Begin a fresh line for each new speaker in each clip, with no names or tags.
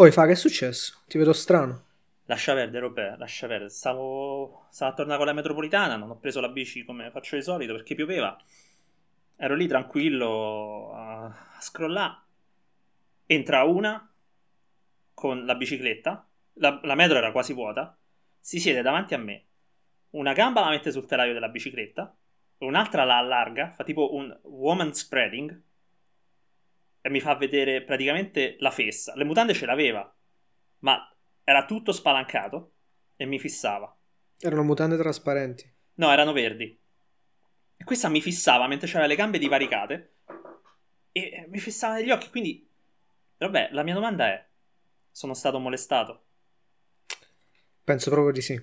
Poi fa, che è successo? Ti vedo strano.
Lascia perdere, Robè, lascia perdere. Stavo a tornare con la metropolitana, non ho preso la bici come faccio di solito perché pioveva. Ero lì tranquillo a scrollare. Entra una con la bicicletta, la metro era quasi vuota, si siede davanti a me, una gamba la mette sul telaio della bicicletta, un'altra la allarga, fa tipo un woman spreading e mi fa vedere praticamente la fessa. Le mutande ce l'aveva, ma era tutto spalancato e mi fissava.
Erano mutande trasparenti.
No, erano verdi. E questa mi fissava mentre aveva le gambe divaricate e mi fissava negli occhi, quindi vabbè, la mia domanda è: sono stato molestato?
Penso proprio di sì.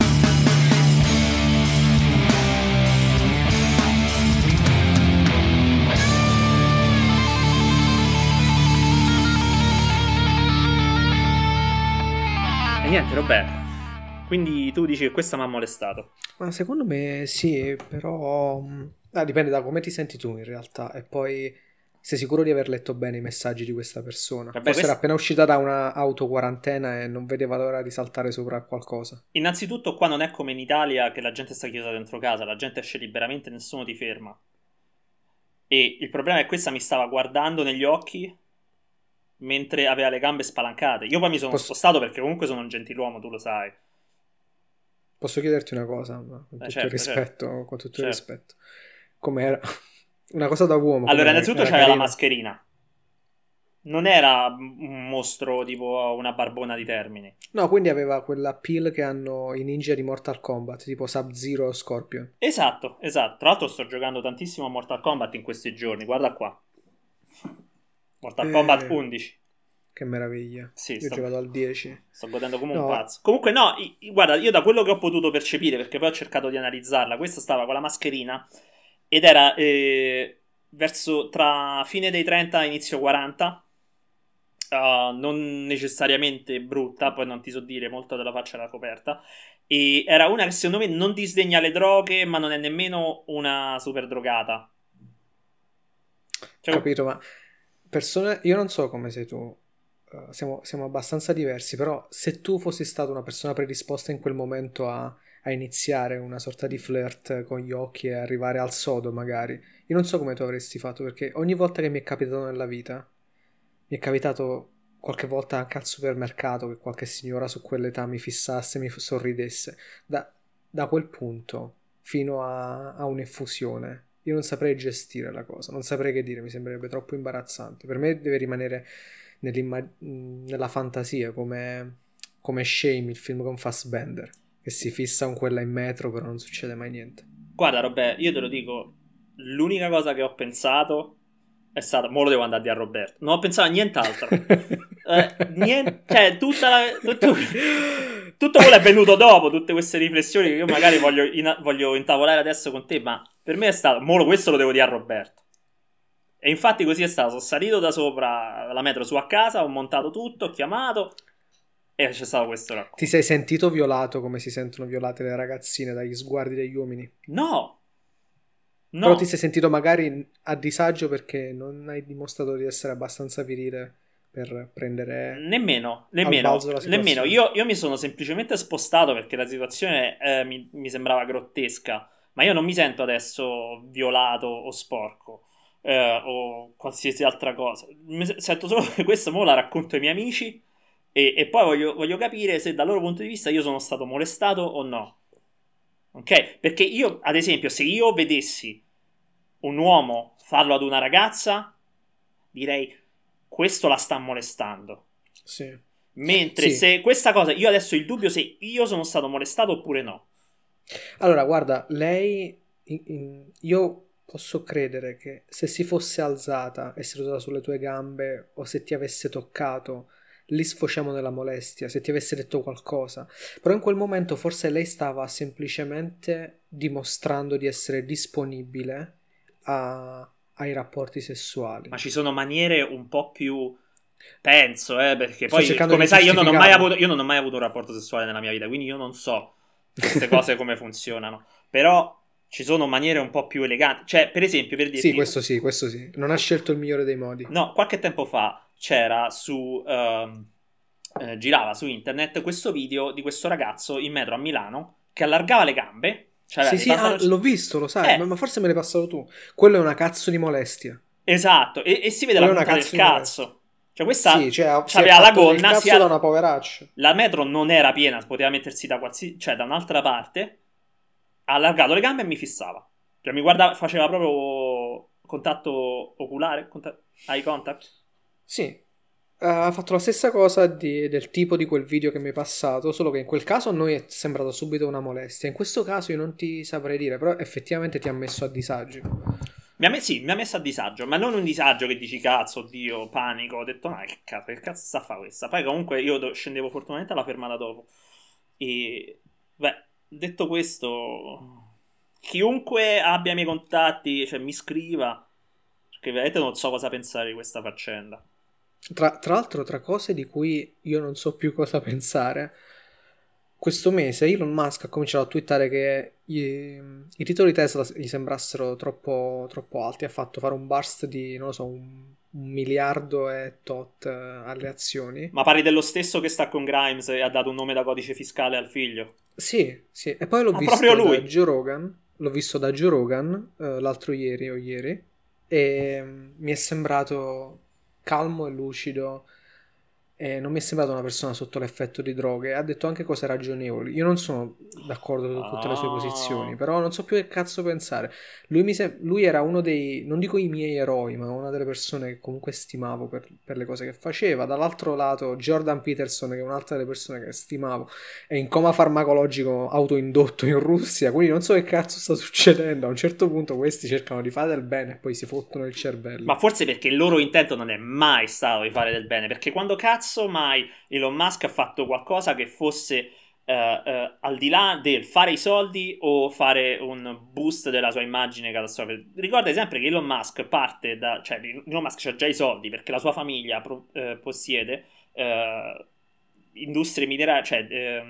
E niente, vabbè. Quindi tu dici che questa mi ha molestato.
Ma secondo me sì, però dipende da come ti senti tu in realtà e poi sei sicuro di aver letto bene i messaggi di questa persona.
Vabbè,
Forse era
questo...
appena uscita da una auto quarantena e non vedeva l'ora di saltare sopra a qualcosa.
innanzitutto qua non è come in Italia che la gente sta chiusa dentro casa, la gente esce liberamente, nessuno ti ferma. E il problema è che questa mi stava guardando negli occhi mentre aveva le gambe spalancate. Io poi mi sono
Posso,
spostato perché comunque sono un gentiluomo, tu lo sai.
posso chiederti una cosa, ma con tutto il
Certo, certo,
rispetto, con tutto il
certo.
rispetto. Com'era? Una cosa da uomo,
Allora,
com'era?
innanzitutto
Era
c'aveva la
carina?
mascherina. Non era un mostro tipo una barbona di Termini.
No, quindi aveva quella peel che hanno i ninja di Mortal Kombat, tipo Sub-Zero o Scorpion.
Esatto, esatto. Tra l'altro sto giocando tantissimo a Mortal Kombat in questi giorni, guarda qua. Mortal Kombat
Eh,
11.
che meraviglia.
Sì,
Io ho giocato al 10.
sto godendo come un
No,
pazzo. Comunque no, guarda, io da quello che ho potuto percepire, perché poi ho cercato di analizzarla, questa stava con la mascherina ed era verso tra fine dei 30 e inizio 40. Non necessariamente brutta, poi non ti so dire, molto della faccia era coperta. E era una che secondo me non disdegna le droghe, ma non è nemmeno una super drogata. Cioè,
capito, ma persone, io non so come sei tu, siamo abbastanza diversi, però se tu fossi stata una persona predisposta in quel momento a iniziare una sorta di flirt con gli occhi e arrivare al sodo magari, io non so come tu avresti fatto, perché ogni volta che mi è capitato nella vita, mi è capitato qualche volta anche al supermercato che qualche signora su quell'età mi fissasse, mi sorridesse, da quel punto fino a un'effusione. Io non saprei gestire la cosa, non saprei che dire, mi sembrerebbe troppo imbarazzante. Per me deve rimanere nella fantasia, come Shame, il film con Fassbender, che si fissa con quella in metro, però non succede mai niente.
guarda, Robè, io te lo dico, l'unica cosa che ho pensato è stata, mo lo devo andare a dire a Roberto, non ho pensato a nient'altro. Niente, cioè, tutto quello è venuto dopo, tutte queste riflessioni che io magari voglio intavolare adesso con te, ma per me è stato, mo questo lo devo dire a Roberto. E infatti così è stato, sono salito da sopra la metro su a casa, ho montato tutto, ho chiamato e c'è stato questo racconto.
Ti sei sentito violato come si sentono violate le ragazzine dagli sguardi degli uomini?
No,
Però ti
no,
sei sentito magari a disagio perché non hai dimostrato di essere abbastanza virile per prendere
nemmeno,
al
nemmeno,
balzo la
nemmeno.
situazione.
Io mi sono semplicemente spostato perché la situazione mi sembrava grottesca, ma io non mi sento adesso violato o sporco o qualsiasi altra cosa. Sento solo che questo mo la racconto ai miei amici e poi voglio capire se dal loro punto di vista io sono stato molestato o no. Ok? Perché io, ad esempio, se io vedessi un uomo farlo ad una ragazza, direi questo la sta molestando.
Sì.
Mentre
Sì.
se questa cosa, io adesso ho il dubbio se io sono stato molestato oppure no.
Allora, guarda, lei, io posso credere che se si fosse alzata e seduta sulle tue gambe o se ti avesse toccato, lì sfociamo nella molestia, se ti avesse detto qualcosa. Però in quel momento forse lei stava semplicemente dimostrando di essere disponibile ai rapporti
Ma
sessuali.
ci sono maniere un po' più. Penso, perché
Sto
poi,
cercando
come
di
sai,
giustificarlo.
io non ho mai avuto un rapporto sessuale nella mia vita, quindi io non so queste cose come funzionano. Però ci sono maniere un po' più eleganti. Cioè, per esempio, per
Sì,
dirti,
questo sì, questo sì. Non ha scelto il migliore dei modi.
no, qualche tempo fa c'era su girava su internet questo video di questo ragazzo in metro a Milano che allargava le gambe, cioè aveva
Sì,
dei
sì,
pantaloncini.
l'ho visto, lo sai, ma forse me l'hai passato tu. Quello è una cazzo di molestia.
Esatto, e si vede la
Quella è una
punta del
cazzo di molestia.
cazzo. Cioè
Sì,
questa
cioè si è
c'aveva la
fatto del
gonna,
cazzo da una poveraccia.
la metro non era piena, poteva mettersi da qualsiasi, cioè da un'altra parte, ha allargato le gambe e mi fissava. Cioè mi guardava, faceva proprio contatto oculare, eye contact.
Sì, ha fatto la stessa cosa del tipo di quel video che mi hai passato, solo che in quel caso a noi è sembrato subito una molestia. In questo caso io non ti saprei dire, però effettivamente ti ha messo a disagio.
Sì, mi ha messo a disagio, ma non un disagio che dici cazzo, oddio, panico. Ho detto, ma che cazzo sta a fare questa? Poi comunque io scendevo fortunatamente alla fermata dopo. E, beh, detto questo, chiunque abbia i miei contatti, cioè mi scriva, perché veramente non so cosa pensare di questa faccenda.
Tra l'altro, tra cose di cui io non so più cosa pensare, questo mese Elon Musk ha cominciato a twittare che i titoli Tesla gli sembrassero troppo alti. Ha fatto fare un burst di, non lo so, un miliardo e tot alle azioni.
Ma pari dello stesso che sta con Grimes e ha dato un nome da codice fiscale al figlio?
Sì, sì. E poi l'ho
Ma proprio
visto da
lui!
Joe Rogan. L'ho visto da Joe Rogan l'altro ieri o ieri. E mi è sembrato calmo e lucido. E non mi è sembrato una persona sotto l'effetto di droghe. Ha detto anche cose ragionevoli. Io non sono d'accordo su tutte le sue posizioni,
Ah.
però non so più che cazzo pensare. Lui era uno dei, non dico i miei eroi, ma una delle persone che comunque stimavo per le cose che faceva. Dall'altro lato, Jordan Peterson, che è un'altra delle persone che stimavo, è in coma farmacologico autoindotto in Russia. Quindi non so che cazzo sta succedendo. A un certo punto questi cercano di fare del bene e poi si fottono il
Ma
cervello.
forse perché il loro intento non è mai stato di fare del bene, perché quando cazzo mai Elon Musk ha fatto qualcosa che fosse al di là del fare i soldi o fare un boost della sua immagine catastrofica. Ricorda sempre che Elon Musk parte da, cioè Elon Musk ha già i soldi perché la sua famiglia possiede industrie minerarie, cioè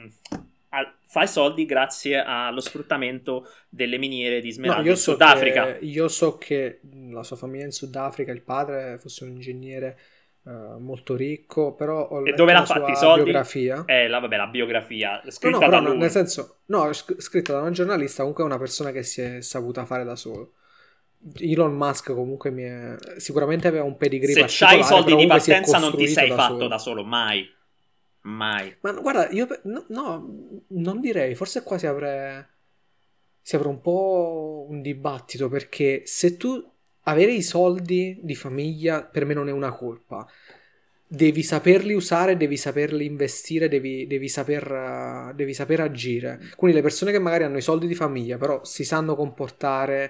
fa i soldi grazie allo sfruttamento delle miniere di
No,
smeraldo in Sudafrica.
io so che la sua famiglia in Sudafrica, il padre fosse un ingegnere molto ricco, però ho
E dove
letto
l'ha
la
fatti i
sua
soldi?
biografia.
Vabbè, la biografia
No, no,
scritta da
però nel
lui.
senso, no, è scritta da una giornalista, comunque è una persona che si è saputa fare da solo. Elon Musk comunque sicuramente aveva un pedigree
Se c'hai i
particolare,
soldi
però
di
comunque si è
partenza non ti
costruito
sei
da
fatto da
solo.
solo, mai. Mai.
Ma guarda, io no, non direi, forse qua si apre un po' un dibattito perché se tu avere i soldi di famiglia per me non è una colpa. Devi saperli usare, devi saperli investire, devi saper agire. Quindi le persone che magari hanno i soldi di famiglia, però si sanno comportare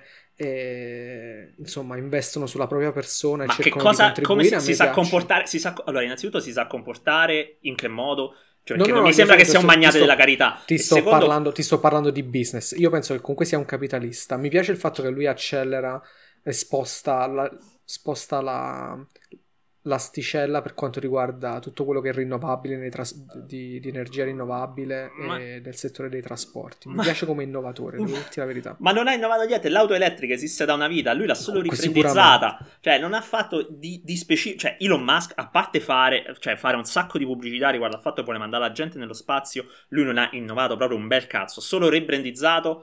e insomma investono sulla propria persona e
Ma che
cercano di
cosa, come
contribuire, a
si
me
sa
piacciono.
comportare? Allora, innanzitutto si sa comportare in che modo? Cioè,
No,
perché
no,
non
no,
mi
io
sembra che
so,
sia un magnate della carità. E secondo,
ti sto parlando di business. Io penso che comunque sia un capitalista. Mi piace il fatto che lui accelera e sposta l'asticella per quanto riguarda tutto quello che è rinnovabile di energia rinnovabile
ma,
e del settore dei trasporti. Mi
ma,
piace come innovatore, devo dirti la verità.
ma non ha innovato niente. L'auto elettrica esiste da una vita. Lui l'ha solo
Comunque, sicuramente.
ribrandizzata. Cioè, non ha fatto di specifico. Cioè, Elon Musk, a parte fare un sacco di pubblicità riguardo al fatto che vuole mandare la gente nello spazio, lui non ha innovato proprio un bel cazzo. Solo ribrandizzato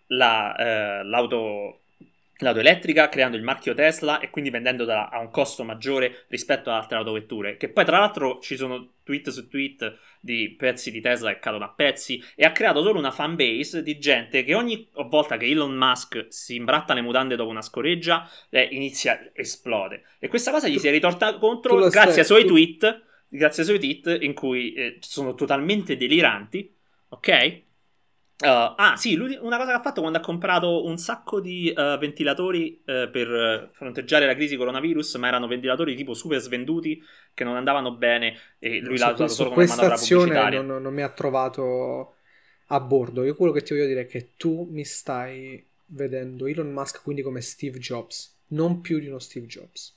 l'auto. L'auto elettrica, creando il marchio Tesla e quindi vendendola a un costo maggiore rispetto ad altre autovetture. Che poi, tra l'altro, ci sono tweet su tweet di pezzi di Tesla che cadono a pezzi. E ha creato solo una fanbase di gente che ogni volta che Elon Musk si imbratta le mutande dopo una scoreggia, inizia esplode. E questa cosa gli
Tu,
si è ritorta
tu
contro
lo
grazie ai
stai...
suoi
tu-
tweet. Grazie ai suoi tweet in cui sono totalmente deliranti. Ok? Sì, una cosa che ha fatto quando ha comprato un sacco di ventilatori per fronteggiare la crisi coronavirus, ma erano ventilatori tipo super svenduti che non andavano bene e
no,
lui l'ha usato
su
solo come
questa
manovra
azione
pubblicitaria.
non mi ha trovato a bordo. Io quello che ti voglio dire è che tu mi stai vedendo Elon Musk quindi come Steve Jobs, non più di uno Steve Jobs.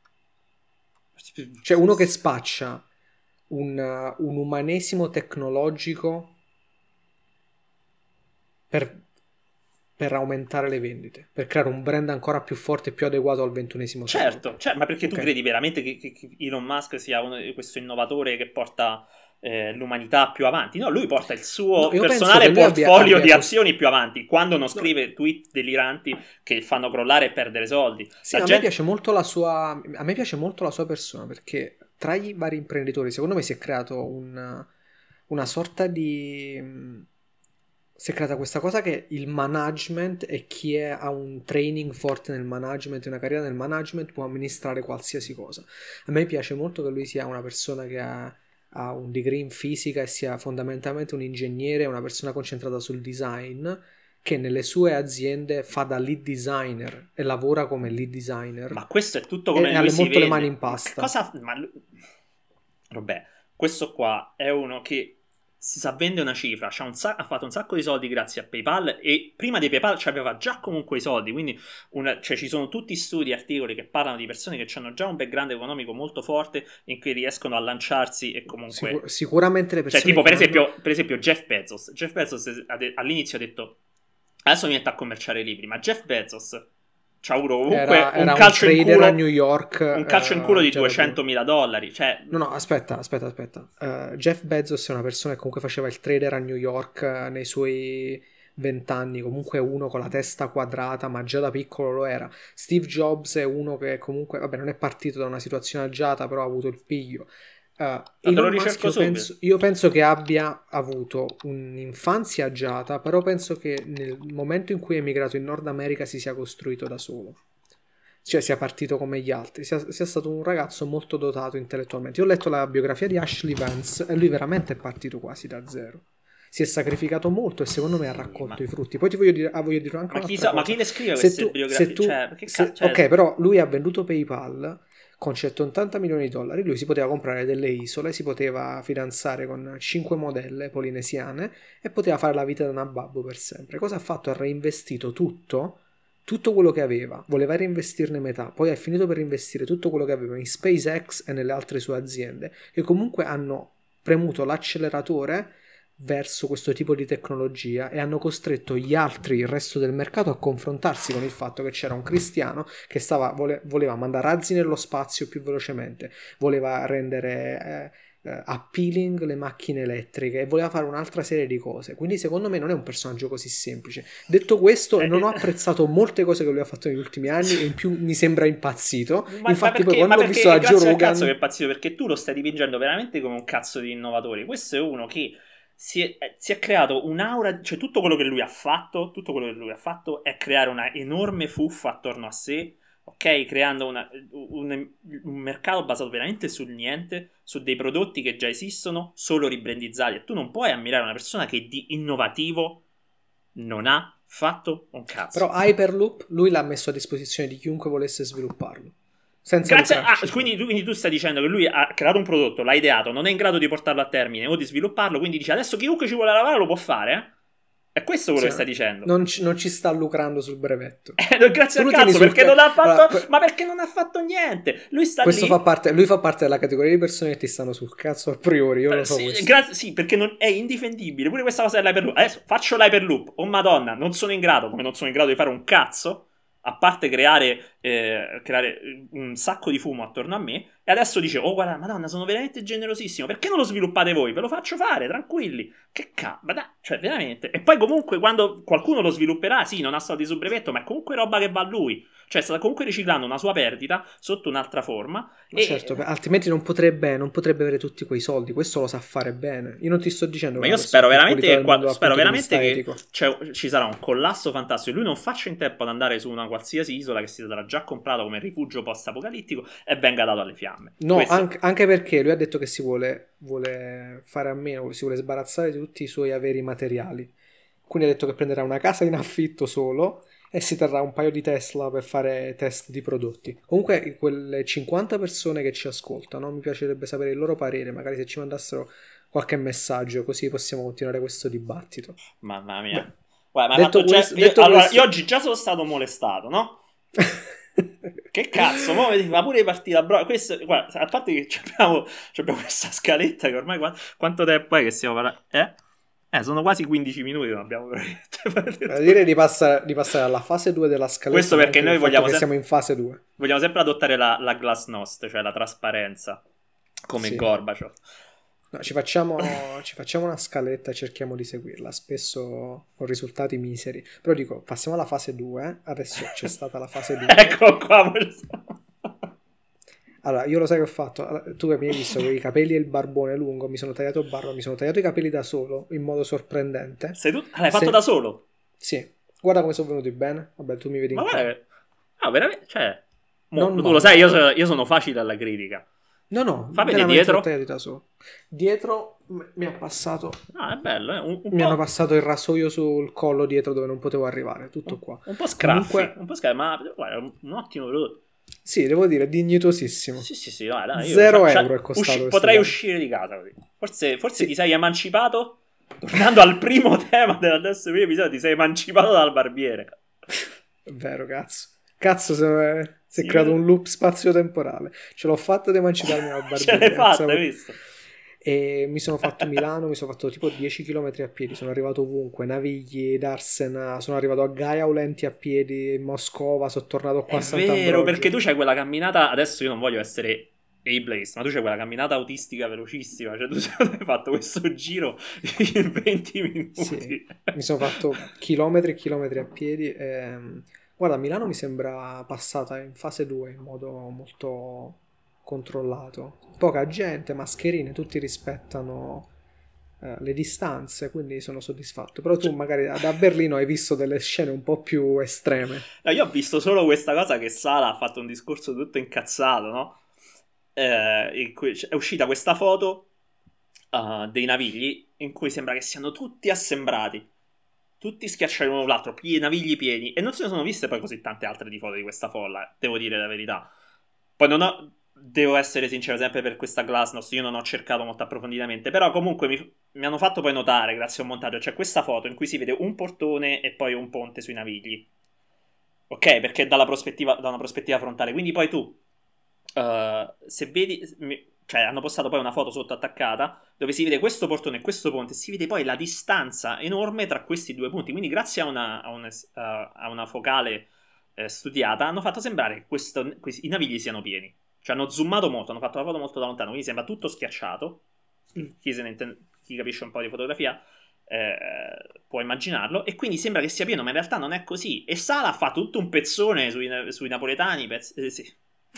Cioè uno che spaccia un umanesimo tecnologico per, per aumentare le vendite, per creare un brand ancora più forte e più adeguato al XXI secolo.
Certo, ma perché tu
Ok.
credi veramente che Elon Musk sia questo innovatore che porta l'umanità più avanti? No, lui porta il
No,
suo
io penso
personale
che lui
portfolio
abbia
di azioni più avanti, quando non
no,
scrive tweet deliranti che fanno crollare e perdere soldi.
sì,
La
a me
gente...
piace molto la sua, a me piace molto la sua persona perché tra i vari imprenditori, secondo me si è creato una sorta di. Si è creata questa cosa che il management e chi ha un training forte nel management e una carriera nel management può amministrare qualsiasi cosa. A me piace molto che lui sia una persona che ha un degree in fisica e sia fondamentalmente un ingegnere, una persona concentrata sul design, che nelle sue aziende fa da lead designer e lavora come lead designer
Ma questo è tutto come
e
lui
ha
si
molto le mani
vende.
in
Ma che
pasta.
cosa... Vabbè, questo qua è uno che si sa vendere una cifra, ha fatto un sacco di soldi grazie a PayPal e prima di PayPal aveva già comunque i soldi, quindi cioè, ci sono tutti studi, articoli che parlano di persone che hanno già un background economico molto forte in cui riescono a lanciarsi e comunque...
Sicuramente le
Cioè
persone
tipo
che hanno.
per esempio Jeff Bezos. Jeff Bezos all'inizio ha detto adesso mi metto a commerciare i libri, ma Jeff Bezos c'ha avuto comunque
Era un trader a New York
un calcio in culo di
già da prima.
200.000 dollari, cioè...
No, no, aspetta. Jeff Bezos è una persona che comunque faceva il trader a New York nei suoi 20 anni, comunque uno con la testa quadrata, ma già da piccolo lo era. Steve Jobs è uno che comunque, vabbè, non è partito da una situazione agiata, però ha avuto il piglio.
Ma te lo
Elon Musk
ricerco
io
subito.
penso, io penso che abbia avuto un'infanzia agiata, però penso che nel momento in cui è emigrato in Nord America si sia costruito da solo. Cioè sia partito come gli altri, sia stato un ragazzo molto dotato intellettualmente. Io ho letto la biografia di Ashley Vance e lui veramente è partito quasi da zero. Si è sacrificato molto e secondo me ha
Sì,
raccolto i frutti. Poi ti voglio dire anche un'altra
ma chi
cosa.
le scrive
Se
queste
tu, se
biografie?
tu,
Cioè, che cazzo? Cioè,
ok, però lui ha venduto PayPal con 180 milioni di dollari. Lui si poteva comprare delle isole, si poteva fidanzare con 5 modelle polinesiane e poteva fare la vita da nababbo per sempre. Cosa ha fatto? Ha reinvestito tutto quello che aveva, voleva reinvestirne metà, poi ha finito per investire tutto quello che aveva in SpaceX e nelle altre sue aziende, che comunque hanno premuto l'acceleratore verso questo tipo di tecnologia e hanno costretto gli altri, il resto del mercato, a confrontarsi con il fatto che c'era un cristiano che voleva mandare razzi nello spazio più velocemente, voleva rendere appealing le macchine elettriche e voleva fare un'altra serie di cose. Quindi secondo me non è un personaggio così semplice. Detto questo, non ho
eh,
apprezzato molte cose che lui ha fatto negli ultimi anni e in più mi sembra impazzito. Infatti poi
ma
quando ho
perché
visto
è
la Joe
grazie al cazzo che è
Rogan.
impazzito? Perché tu lo stai dipingendo veramente come un cazzo di innovatore. Questo è uno che si è creato un'aura, cioè tutto quello che lui ha fatto è creare una enorme fuffa attorno a sé, ok? Creando un mercato basato veramente sul niente, su dei prodotti che già esistono, solo ribrandizzati. E tu non puoi ammirare una persona che di innovativo non ha fatto un
Però
cazzo.
Hyperloop lui l'ha messo a disposizione di chiunque volesse svilupparlo, senza
Grazie
lucrarci su.
quindi tu stai dicendo che lui ha creato un prodotto, l'ha ideato, non è in grado di portarlo a termine o di svilupparlo, quindi dice adesso chiunque ci vuole lavorare lo può fare, eh? È questo quello
Sì,
che stai dicendo.
non ci sta lucrando sul brevetto.
Grazie
Tu
al
lo tieni
cazzo,
sul.
perché non ha
Allora,
fatto... Ma perché non ha fatto niente? Lui sta
questo fa
lì...
parte, lui fa parte della categoria di persone che ti stanno sul cazzo a priori, io lo so
Sì,
questo.
sì, perché è indifendibile. Pure questa cosa dell'hyperloop. Adesso faccio l'hyperloop. Oh madonna, non sono in grado, come non sono in grado di fare un cazzo, a parte creare un sacco di fumo attorno a me. E adesso dice, oh guarda, madonna, sono veramente generosissimo. Perché non lo sviluppate voi? Ve lo faccio fare, tranquilli. Che cazzo, ma dai, cioè veramente. E poi comunque quando qualcuno lo svilupperà, sì, non ha soldi sul brevetto, ma è comunque roba che va a lui. Cioè sta comunque riciclando una sua perdita sotto un'altra forma.
Ma certo, altrimenti non potrebbe avere tutti quei soldi, questo lo sa fare bene. Io non ti sto dicendo che
Ma
è
io
la persona più pulita del mondo dal
spero
punto di
veramente
vista
che
etico.
ci sarà un collasso fantastico. Lui non faccia in tempo ad andare su una qualsiasi isola che si sarà già comprato come rifugio post-apocalittico e venga dato alle fiamme.
No,
Questo.
anche perché lui ha detto che vuole fare a meno, si vuole sbarazzare di tutti i suoi averi materiali. Quindi ha detto che prenderà una casa in affitto solo e si terrà un paio di Tesla per fare test di prodotti. Comunque, quelle 50 persone che ci ascoltano, mi piacerebbe sapere il loro parere, magari se ci mandassero qualche messaggio, così possiamo continuare questo dibattito.
Mamma
Beh,
mia. Guarda,
detto questo, detto
allora, io
questo.
oggi già sono stato molestato, no? Che cazzo, mo mi fa pure partita questo, guarda, a parte che abbiamo questa scaletta che ormai quanto tempo è che stiamo parlando? Eh? Sono quasi 15 minuti, non abbiamo veramente
Direi di passare alla fase 2 della scaletta.
Questo perché noi vogliamo
siamo in fase 2.
Vogliamo sempre adottare la glasnost, cioè la trasparenza, come
Sì.
Gorbaciov.
No, ci facciamo una scaletta e cerchiamo di seguirla, spesso con risultati miseri. Però dico, passiamo alla fase 2, adesso c'è stata la fase 2.
Ecco qua.
Allora, io lo sai che ho fatto? Allora, tu che mi hai visto con i capelli e il barbone lungo, mi sono tagliato barba, mi sono tagliato i capelli da solo, in modo sorprendente.
L'hai fatto da solo?
Sì. Guarda come sono venuti bene. Vabbè, tu mi vedi in
guarda, no, veramente, cioè...
Non
tu
male.
lo sai, io sono facile alla critica.
No,
fa vedere dietro.
Da solo. Dietro mi ha passato.
Ah, è bello,
mi hanno passato il rasoio sul collo dietro dove non potevo arrivare. Tutto qua.
Un po' scraffi. Ma guarda, un ottimo prodotto.
Sì, devo dire, dignitosissimo.
Sì, dai,
0 euro è costato.
Potrei uscire di casa così. Forse sì. Ti sei emancipato. Tornando al primo tema dell'adesso episodio, ti sei emancipato dal barbiere.
È vero, cazzo si è creato un loop spazio-temporale. Ce l'ho fatta ad emanciparmi dal barbiere.
Ce l'hai fatta, hai visto?
E mi sono fatto Milano, mi sono fatto tipo 10 km a piedi, sono arrivato ovunque, Navigli, Darsena, sono arrivato a Gaia Aulenti a piedi, Moscova, sono tornato qua a Sant'Ambrogio.
È vero, perché tu c'hai quella camminata, adesso io non voglio essere ableist, ma tu c'hai quella camminata autistica velocissima, cioè tu hai fatto questo giro in 20 minuti.
Sì, mi sono fatto chilometri e chilometri a piedi e... Guarda, Milano mi sembra passata in fase 2 in modo molto controllato. Poca gente, mascherine, tutti rispettano le distanze, quindi sono soddisfatto. Però tu magari da Berlino hai visto delle scene un po' più estreme.
No, io ho visto solo questa cosa che Sala ha fatto un discorso tutto incazzato, no? In cui è uscita questa foto dei Navigli in cui sembra che siano tutti assembrati. Tutti schiacciati l'uno l'altro, navigli pieni. E non se ne sono viste poi così tante altre di foto di questa folla, devo dire la verità. Poi devo essere sincero, sempre per questa Glasnost, io non ho cercato molto approfonditamente, però comunque mi hanno fatto poi notare, grazie a un montaggio, c'è questa foto in cui si vede un portone e poi un ponte sui Navigli. Ok, perché da una prospettiva frontale. Quindi poi tu, se vedi... Cioè, hanno postato poi una foto sotto attaccata dove si vede questo portone e questo ponte e si vede poi la distanza enorme tra questi due punti. Quindi grazie a una focale studiata hanno fatto sembrare che i Navigli siano pieni. Cioè hanno zoomato molto, hanno fatto la foto molto da lontano, quindi sembra tutto schiacciato. Chi capisce un po' di fotografia può immaginarlo. E quindi sembra che sia pieno, ma in realtà non è così. E Sala fa tutto un pezzone sui napoletani. Sì.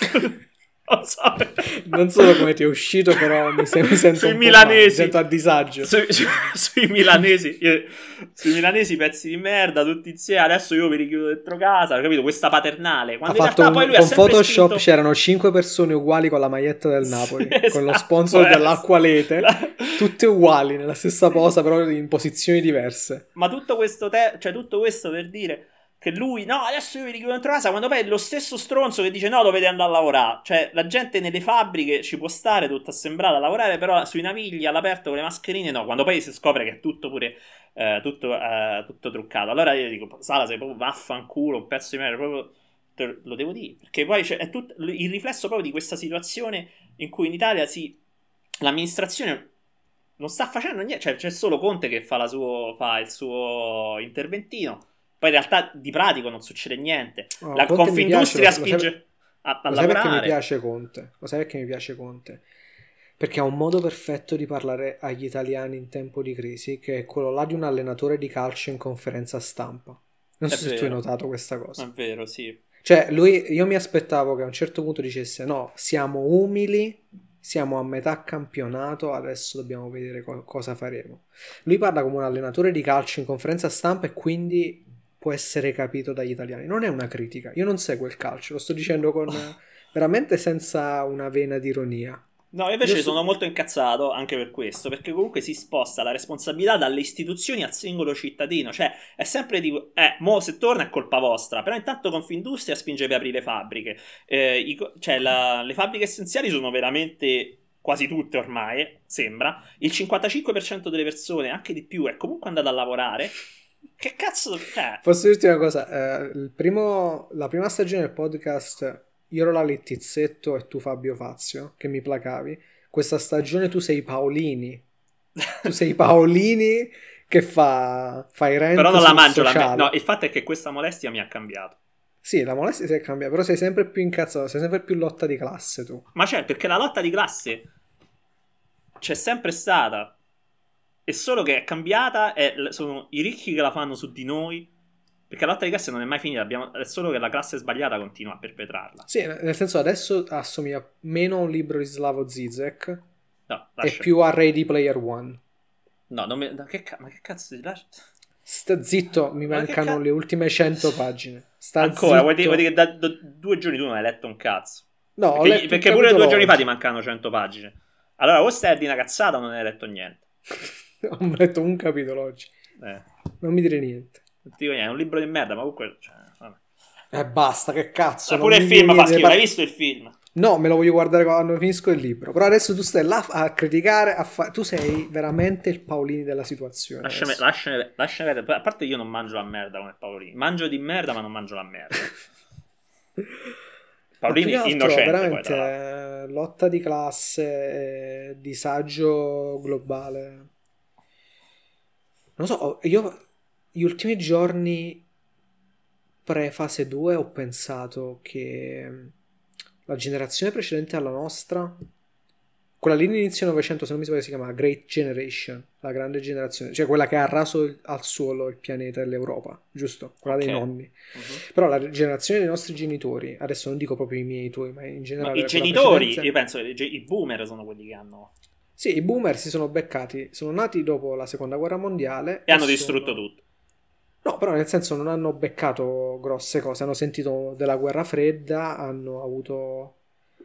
Non so come ti è uscito, però mi sento
sui
un
milanesi,
mi sento a disagio.
Sui milanesi pezzi di merda tutti insieme. Adesso io vi richiudo dentro casa, capito? Questa paternale. Quando
ha fatto
poi lui
con Photoshop c'erano 5 persone uguali con la maglietta del Napoli,
esatto,
con lo sponsor dell'Acqualete, tutte uguali nella stessa posa, però in posizioni diverse.
Ma tutto questo per dire che lui, no, adesso io vi richiudo dentro casa, quando poi è lo stesso stronzo che dice no, dovete andare a lavorare. Cioè, la gente nelle fabbriche ci può stare tutta assemblata a lavorare, però sui Navigli all'aperto con le mascherine no, quando poi si scopre che è tutto pure tutto truccato. Allora io dico, Sala, sei proprio vaffanculo, un pezzo di merda, proprio lo devo dire, perché poi è tutto il riflesso proprio di questa situazione in cui in Italia l'amministrazione non sta facendo niente, cioè c'è solo Conte che fa il suo interventino. Poi in realtà di pratico non succede niente. La Confindustria spinge a lavorare.
Lo sai perché mi piace Conte? Lo sai perché mi piace Conte? Perché ha un modo perfetto di parlare agli italiani in tempo di crisi, che è quello là di un allenatore di calcio in conferenza stampa. Non so se tu hai notato questa cosa.
È vero, sì.
Cioè, io mi aspettavo che a un certo punto dicesse no, siamo umili, siamo a metà campionato, adesso dobbiamo vedere cosa faremo. Lui parla come un allenatore di calcio in conferenza stampa e quindi può essere capito dagli italiani. Non è una critica, io non seguo il calcio, lo sto dicendo veramente senza una vena di ironia.
No, invece sono molto incazzato anche per questo, perché comunque si sposta la responsabilità dalle istituzioni al singolo cittadino, cioè è sempre mo se torna è colpa vostra, però intanto Confindustria spinge per aprire fabbriche, le fabbriche essenziali sono veramente quasi tutte ormai, sembra, il 55% delle persone, anche di più, è comunque andato a lavorare. Che cazzo, cioè?
Posso dirti una cosa, la prima stagione del podcast io ero là Littizzetto e tu Fabio Fazio, che mi placavi. Questa stagione tu sei Paolini che che fa i rant
Però non la
sul
mangio
sociale.
no, il fatto è che questa molestia mi ha cambiato.
Sì, la molestia si è cambiata, però sei sempre più incazzato, sei sempre più lotta di classe tu.
Ma certo, perché la lotta di classe c'è sempre stata. È solo che è cambiata e sono i ricchi che la fanno su di noi. Perché la lotta di classe non è mai finita, è solo che la classe sbagliata continua a perpetrarla.
Sì, nel senso adesso assomiglia meno a un libro di Slavoj Zizek
No,
e
lascia.
più a Ready Player One.
No, non mi... ma che cazzo di lascia?
Sta zitto, mi
Ma che
mancano
cazzo?
le ultime 100 pagine. Sta
Ancora, vuoi
zitto.
dire che da 2 giorni tu non hai letto un cazzo?
No, ho letto un
Perché pure
capitolo
2 giorni fa ti
oggi.
mancano 100 pagine. Allora, o stai di una cazzata o non hai letto niente.
Ho letto un capitolo oggi.
Eh,
Non mi dire niente.
non ti dico niente, è un libro di merda, ma comunque... Cioè, vabbè.
Basta, che cazzo, non
Pure il
mi dire
film fa
niente.
schifo, hai visto il film?
No, me lo voglio guardare quando finisco il libro. Però adesso tu stai là a criticare, tu sei veramente il Paolini della situazione adesso.
Lasciami vedere. A parte io non mangio la merda come Paolini. Mangio di merda, ma non mangio la merda.
No, più che
Paolini
altro
innocente poi, tra l'altro.
veramente lotta di classe, disagio globale. Non so, io gli ultimi giorni pre-fase 2 ho pensato che la generazione precedente alla nostra, quella lì all'inizio Novecento, se non mi sbaglio si chiama Great Generation, la grande generazione, cioè quella che ha raso al suolo il pianeta e l'Europa, giusto? Quella
Ok.
dei nonni.
Mhm.
Però la generazione dei nostri genitori, adesso non dico proprio i miei, i tuoi, ma in
Ma
generale
i
quella
genitori,
precedente.
io penso che i boomer sono quelli che hanno...
Sì, i boomer si sono beccati, sono nati dopo la seconda guerra mondiale
E
e
hanno distrutto
sono...
tutto.
No, però nel senso non hanno beccato grosse cose, hanno sentito della guerra fredda, hanno avuto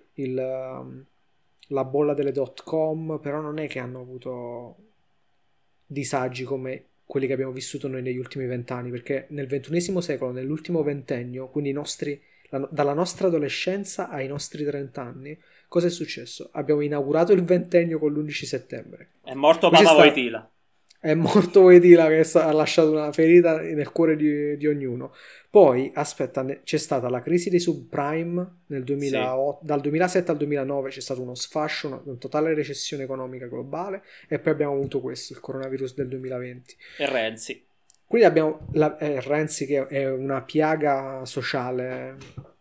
la bolla delle dot com, però non è che hanno avuto disagi come quelli che abbiamo vissuto noi negli ultimi 20 anni, perché nel XXI secolo, nell'ultimo ventennio, quindi dalla nostra adolescenza ai nostri 30 anni, cosa è successo? Abbiamo inaugurato il ventennio con l'11 settembre.
È morto
Poi c'è
Papa
sta,
Voitila.
è morto Voitila che ha lasciato una ferita nel cuore di ognuno. Poi, aspetta, c'è stata la crisi dei subprime nel
Sì.
2008, dal 2007 al 2009 c'è stato uno sfascio, una totale recessione economica globale e poi abbiamo avuto questo, il coronavirus del 2020.
E Renzi.
Quindi abbiamo Renzi che è una piaga sociale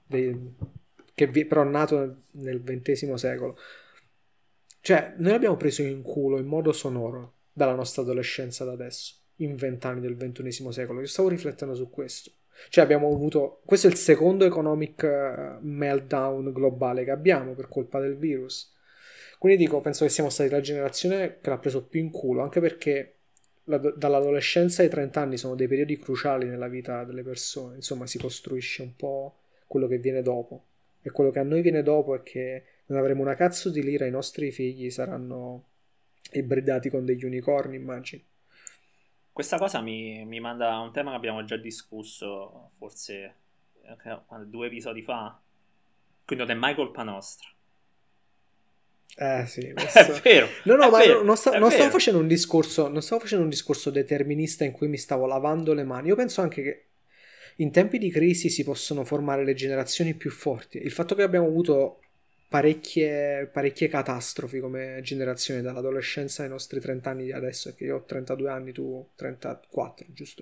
però nato nel XX secolo. Cioè, noi l'abbiamo preso in culo in modo sonoro dalla nostra adolescenza ad adesso, in 20 anni del XXI secolo. Io stavo riflettendo su questo. Cioè, abbiamo avuto. Questo è il secondo economic meltdown globale che abbiamo per colpa del virus. Quindi dico, penso che siamo stati la generazione che l'ha preso più in culo, anche perché dall'adolescenza ai 30 anni sono dei periodi cruciali nella vita delle persone. Insomma, si costruisce un po' quello che viene dopo. E quello che a noi viene dopo è che non avremo una cazzo di lira, i nostri figli saranno ibridati con degli unicorni, immagini.
Questa cosa mi manda a un tema che abbiamo già discusso, forse 2 episodi fa. Quindi non è mai colpa nostra.
Sì,
È
questo...
vero,
No, no,
è
ma
vero, è
non stavo
vero.
facendo un discorso, non stavo facendo un discorso determinista in cui mi stavo lavando le mani. Io penso anche che in tempi di crisi si possono formare le generazioni più forti. Il fatto che abbiamo avuto parecchie catastrofi come generazione dall'adolescenza ai nostri 30 anni di adesso, che io ho 32 anni, tu 34, giusto?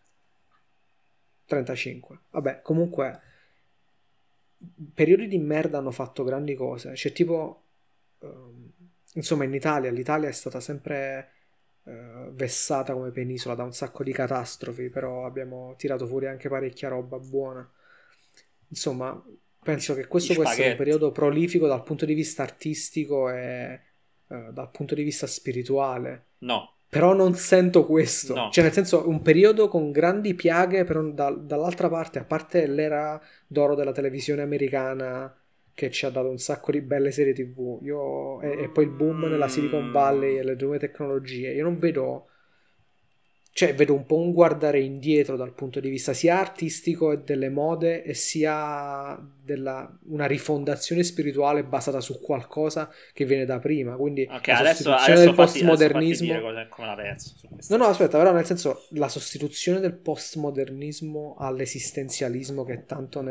35. Vabbè, comunque periodi di merda hanno fatto grandi cose. Cioè, tipo, insomma, in Italia, l'Italia è stata sempre vessata come penisola da un sacco di catastrofi, però abbiamo tirato fuori anche parecchia roba buona. Insomma, penso che
Gli
questo può essere un
spaghetti.
periodo prolifico dal punto di vista artistico e dal punto di vista spirituale.
No,
Però non sento questo.
no.
Cioè, nel senso, un periodo con grandi piaghe, però dall'altra parte, a parte l'era d'oro della televisione americana che ci ha dato un sacco di belle serie TV, e poi il boom nella Silicon Valley
Mm,
e le nuove tecnologie, io non vedo, cioè vedo un po' un guardare indietro dal punto di vista sia artistico e delle mode e sia della una rifondazione spirituale basata su qualcosa che viene da prima, quindi
ok,
la sostituzione del
adesso fatti dire
postmodernismo.
come la penso su
No,
questa
no,
cosa.
aspetta, però nel senso la sostituzione del postmodernismo all'esistenzialismo che è tanto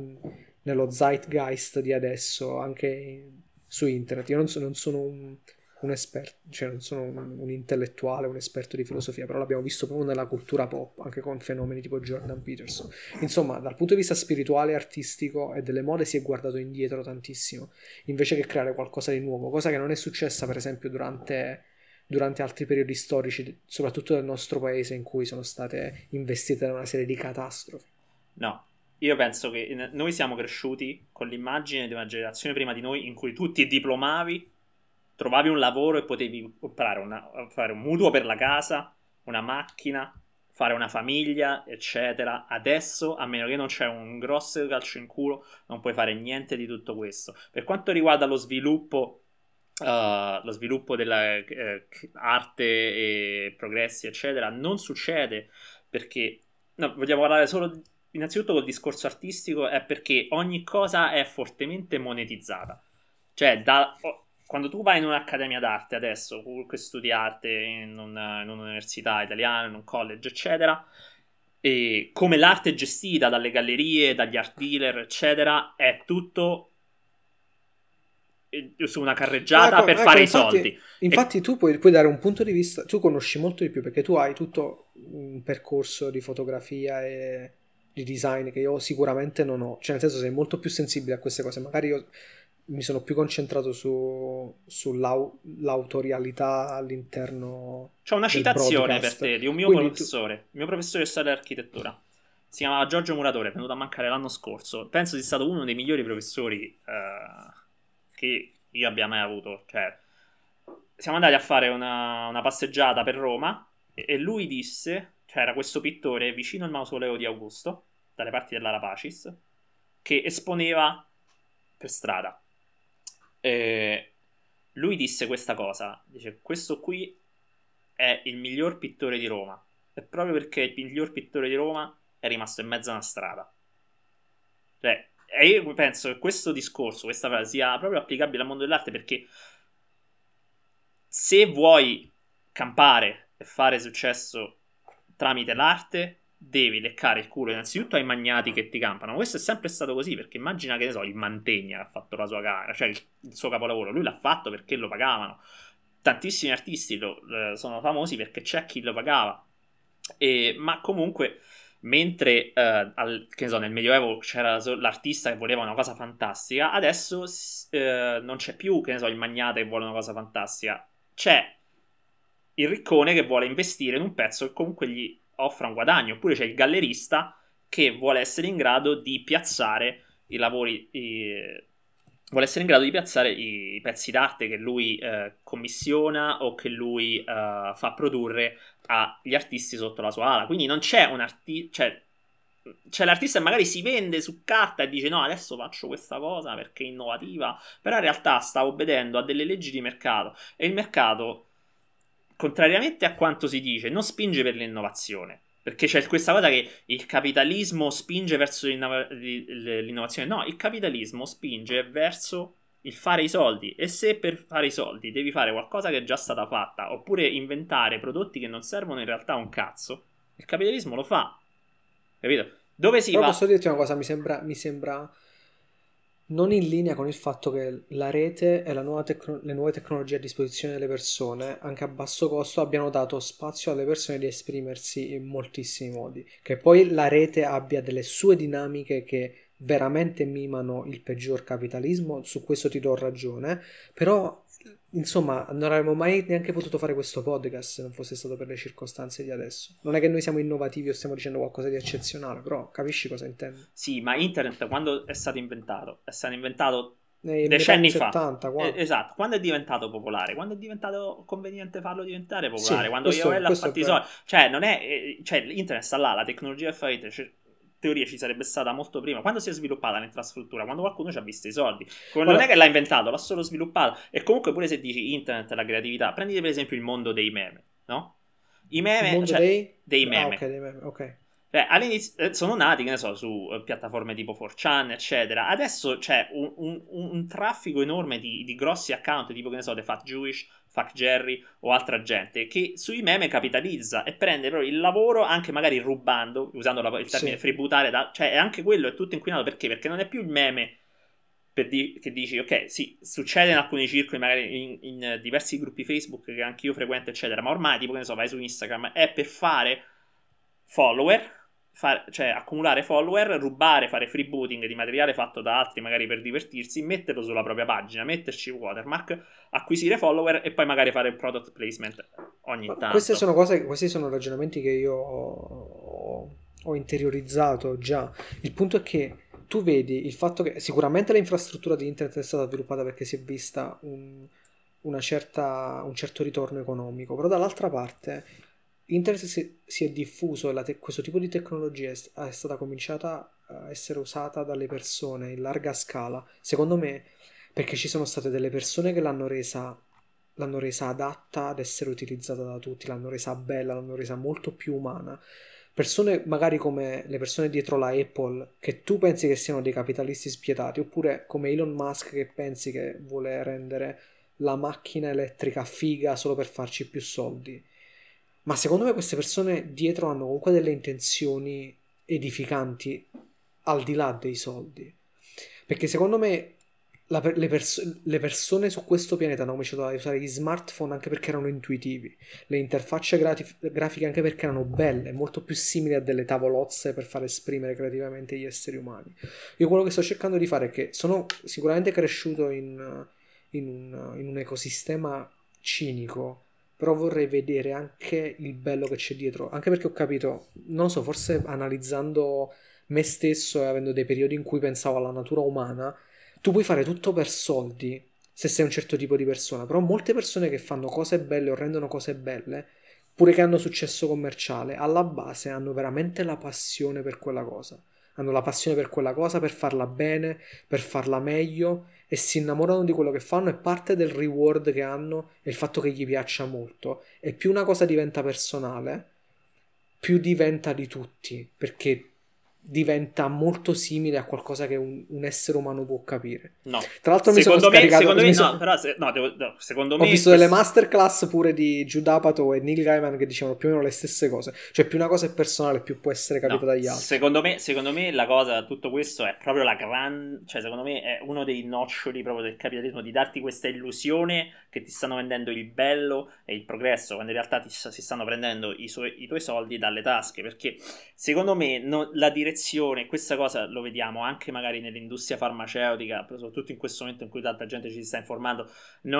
nello zeitgeist di adesso, anche su internet. Io non sono un un esperto, cioè non sono un intellettuale, un esperto di filosofia, però l'abbiamo visto proprio nella cultura pop, anche con fenomeni tipo Jordan Peterson. Insomma, dal punto di vista spirituale, artistico e delle mode si è guardato indietro tantissimo, invece che creare qualcosa di nuovo, cosa che non è successa per esempio durante altri periodi storici, soprattutto del nostro paese, in cui sono state investite da una serie di catastrofi.
No, io penso che noi siamo cresciuti con l'immagine di una generazione prima di noi in cui tu ti diplomavi, trovavi un lavoro e potevi comprare fare un mutuo per la casa, una macchina, fare una famiglia, eccetera. Adesso, a meno che non c'è un grosso calcio in culo, non puoi fare niente di tutto questo. Per quanto riguarda lo sviluppo della arte e progressi, eccetera, non succede perché no, vogliamo parlare solo innanzitutto col discorso artistico, è perché ogni cosa è fortemente monetizzata. Cioè, quando tu vai in un'accademia d'arte adesso, comunque studi arte in un'università italiana, in un college, eccetera, e come l'arte è gestita dalle gallerie, dagli art dealer, eccetera, è tutto su una carreggiata per fare i
Infatti,
soldi.
infatti tu puoi dare un punto di vista, tu conosci molto di più perché tu hai tutto un percorso di fotografia e di design che io sicuramente non ho, cioè nel senso sei molto più sensibile a queste cose, magari io mi sono più concentrato sull'autorialità all'interno
C'ho una
del
citazione per
broadcast,
te di un mio
quindi tu...
professore, il mio professore di storia dell'architettura. Si chiamava Giorgio Muratore, è venuto a mancare l'anno scorso. Penso sia stato uno dei migliori professori che io abbia mai avuto. Cioè, siamo andati a fare una passeggiata per Roma e lui disse, cioè era questo pittore vicino al mausoleo di Augusto, dalle parti dell'Ara Pacis, che esponeva per strada. E lui disse questa cosa, dice, questo qui è il miglior pittore di Roma. E proprio perché è il miglior pittore di Roma è rimasto in mezzo a una strada. Cioè, e io penso che questo discorso, questa frase sia proprio applicabile al mondo dell'arte perché se vuoi campare e fare successo tramite l'arte, devi leccare il culo innanzitutto ai magnati che ti campano. Ma questo è sempre stato così, perché immagina che ne so, il Mantegna ha fatto la sua gara, cioè il suo capolavoro, lui l'ha fatto perché lo pagavano. Tantissimi artisti sono famosi perché c'è chi lo pagava. Ma comunque, mentre che ne so, nel Medioevo c'era l'artista che voleva una cosa fantastica, adesso non c'è più, che ne so, il magnate che vuole una cosa fantastica. C'è il riccone che vuole investire in un pezzo che comunque gli offra un guadagno, oppure c'è il gallerista che vuole essere in grado di piazzare i lavori, vuole essere in grado di piazzare i pezzi d'arte che lui commissiona o che lui fa produrre agli artisti sotto la sua ala. Quindi non c'è un artista, c'è l'artista che magari si vende su carta e dice no, adesso faccio questa cosa perché è innovativa, però in realtà sta obbedendo a delle leggi di mercato e il mercato, contrariamente a quanto si dice, non spinge per l'innovazione. Perché c'è questa cosa che il capitalismo spinge verso l'innovazione. No, il capitalismo spinge verso il fare i soldi. E se per fare i soldi devi fare qualcosa che è già stata fatta, oppure inventare prodotti che non servono in realtà a un cazzo, il capitalismo lo fa. Capito? Dove si
Però
va?
posso dirti una cosa, mi sembra non in linea con il fatto che la rete e le nuove tecnologie a disposizione delle persone, anche a basso costo, abbiano dato spazio alle persone di esprimersi in moltissimi modi. Che poi la rete abbia delle sue dinamiche che veramente mimano il peggior capitalismo, su questo ti do ragione, però insomma non avremmo mai neanche potuto fare questo podcast se non fosse stato per le circostanze di adesso. Non è che noi siamo innovativi o stiamo dicendo qualcosa di eccezionale, però capisci cosa intendo.
Sì, ma internet quando è stato inventato? È stato inventato
Metà anni
decenni fa.
70 qua.
Esatto, quando è diventato popolare? Quando è diventato conveniente farlo diventare popolare?
Sì,
Quando
questo,
IOL ha
questo è
fatto i
vero.
soldi? Cioè, non è... cioè, l'internet sta là, la tecnologia che fa internet, cioè, in teoria ci sarebbe stata molto prima. Quando si è sviluppata l'infrastruttura? Quando qualcuno ci ha visto i soldi. Non è che
Guarda,
l'ha inventato, l'ha solo sviluppato. E comunque pure se dici internet, la creatività, prenditi per esempio il mondo dei meme, no? I
il
meme,
mondo
cioè,
dei...
dei
Ah, ok,
meme.
ok.
Cioè, all'inizio sono nati, che ne so, su piattaforme tipo 4chan, eccetera. Adesso c'è un traffico enorme di grossi account, tipo, che ne so, The Fat Jewish, Fuck Jerry o altra gente, che sui meme capitalizza e prende proprio il lavoro, anche magari rubando, usando il termine
Sì,
freebootare, cioè anche quello è tutto inquinato. Perché? Perché non è più il meme che dici, ok, sì, succede in alcuni circoli, magari in diversi gruppi Facebook che anche io frequento, eccetera, ma ormai, tipo, che ne so, vai su Instagram, è per fare follower, cioè accumulare follower, rubare, fare freebooting di materiale fatto da altri, magari per divertirsi, metterlo sulla propria pagina, metterci watermark, acquisire follower e poi magari fare il product placement ogni
Ma queste
tanto.
sono cose, questi sono ragionamenti che io ho interiorizzato già. Il punto è che tu vedi il fatto che sicuramente l'infrastruttura di internet è stata sviluppata perché si è vista un certo ritorno economico, però dall'altra parte internet si è diffuso e questo tipo di tecnologia è stata cominciata a essere usata dalle persone in larga scala, secondo me perché ci sono state delle persone che l'hanno resa adatta ad essere utilizzata da tutti, l'hanno resa bella, l'hanno resa molto più umana. Persone magari come le persone dietro la Apple, che tu pensi che siano dei capitalisti spietati, oppure come Elon Musk che pensi che vuole rendere la macchina elettrica figa solo per farci più soldi. Ma secondo me queste persone dietro hanno comunque delle intenzioni edificanti al di là dei soldi. Perché secondo me le persone su questo pianeta hanno cominciato a usare gli smartphone anche perché erano intuitivi, le interfacce grafiche anche perché erano belle, molto più simili a delle tavolozze per far esprimere creativamente gli esseri umani. Io quello che sto cercando di fare è che sono sicuramente cresciuto in un ecosistema cinico, però vorrei vedere anche il bello che c'è dietro, anche perché ho capito, non so, forse analizzando me stesso e avendo dei periodi in cui pensavo alla natura umana, tu puoi fare tutto per soldi se sei un certo tipo di persona, però molte persone che fanno cose belle o rendono cose belle, pure che hanno successo commerciale, alla base hanno veramente la passione per quella cosa. Hanno la passione per quella cosa, per farla bene, per farla meglio e si innamorano di quello che fanno e parte del reward che hanno è il fatto che gli piaccia molto. E più una cosa diventa personale, più diventa di tutti, perché diventa molto simile a qualcosa che un essere umano può capire.
No.
Tra l'altro mi sono scaricato,
No, però, no, secondo
ho
me,
visto delle masterclass pure di Jude Apatow e Neil Gaiman che dicevano più o meno le stesse cose. Cioè più una cosa è personale, più può essere capita
no,
dagli altri.
secondo me la cosa, tutto questo è proprio la gran, cioè secondo me è uno dei noccioli proprio del capitalismo, di darti questa illusione che ti stanno vendendo il bello e il progresso, quando in realtà si stanno prendendo i tuoi soldi dalle tasche, perché secondo me la direzione, questa cosa lo vediamo anche magari nell'industria farmaceutica, soprattutto in questo momento in cui tanta gente ci sta informando,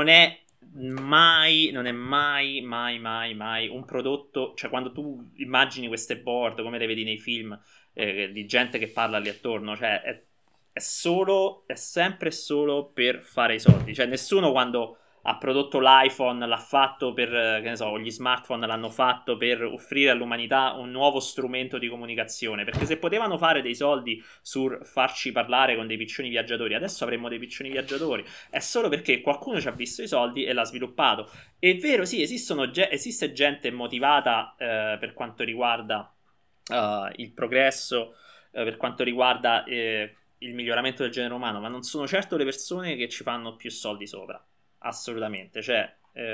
non è mai un prodotto, cioè quando tu immagini queste board come le vedi nei film, di gente che parla lì attorno, cioè è sempre solo per fare i soldi, cioè nessuno quando ha prodotto l'iPhone l'ha fatto per, che ne so, gli smartphone l'hanno fatto per offrire all'umanità un nuovo strumento di comunicazione, perché se potevano fare dei soldi sul farci parlare con dei piccioni viaggiatori, adesso avremmo dei piccioni viaggiatori, è solo perché qualcuno ci ha visto i soldi e l'ha sviluppato. È vero, sì, esiste gente motivata per quanto riguarda il progresso, per quanto riguarda il miglioramento del genere umano, ma non sono certo le persone che ci fanno più soldi sopra. Assolutamente, cioè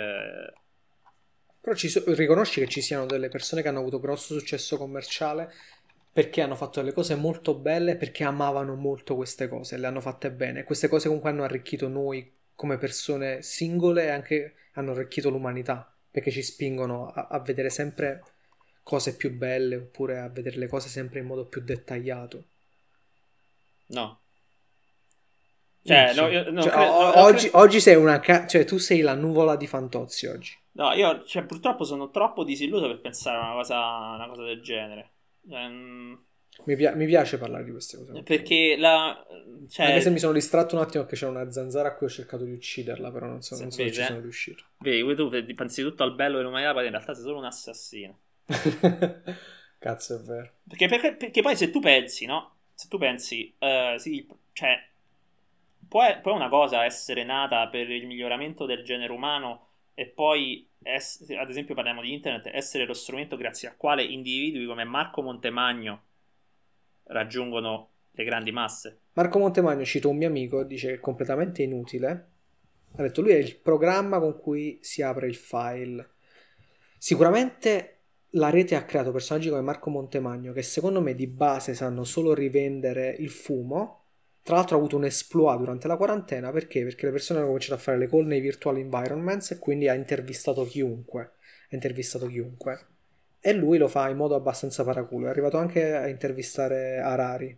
Però riconosci che ci siano delle persone che hanno avuto grosso successo commerciale perché hanno fatto delle cose molto belle, perché amavano molto queste cose, le hanno fatte bene. Queste cose comunque hanno arricchito noi come persone singole e anche hanno arricchito l'umanità, perché ci spingono a vedere sempre cose più belle oppure a vedere le cose sempre in modo più dettagliato.
no. Cioè, no,
Minchia.
io non
Cioè,
credo.
oggi sei cioè tu sei la nuvola di Fantozzi oggi.
No, io cioè, purtroppo sono troppo disilluso per pensare a una cosa del genere.
Mi piace parlare di queste cose con te.
Perché
Anche se
cioè,
mi sono distratto un attimo perché c'era una zanzara a cui ho cercato di ucciderla, però non so se
vedi,
ci sono riuscito.
vedi, tu pensi tutto al bello dell'umanità, poi in realtà sei solo un assassino.
Cazzo, è vero.
Perché poi se tu pensi, no? Se tu pensi, sì, cioè, può una cosa essere nata per il miglioramento del genere umano e poi, ad esempio parliamo di internet, essere lo strumento grazie al quale individui come Marco Montemagno raggiungono le grandi masse.
Marco Montemagno, cito un mio amico, dice che è completamente inutile. Ha detto lui è il programma con cui si apre il file. Sicuramente la rete ha creato personaggi come Marco Montemagno che secondo me di base sanno solo rivendere il fumo Tra l'altro ha avuto un exploit durante la quarantena, perché? Perché le persone hanno cominciato a fare le call nei virtual environments e quindi ha intervistato chiunque. Ha intervistato chiunque. E lui lo fa in modo abbastanza paraculo. È arrivato anche a intervistare Harari.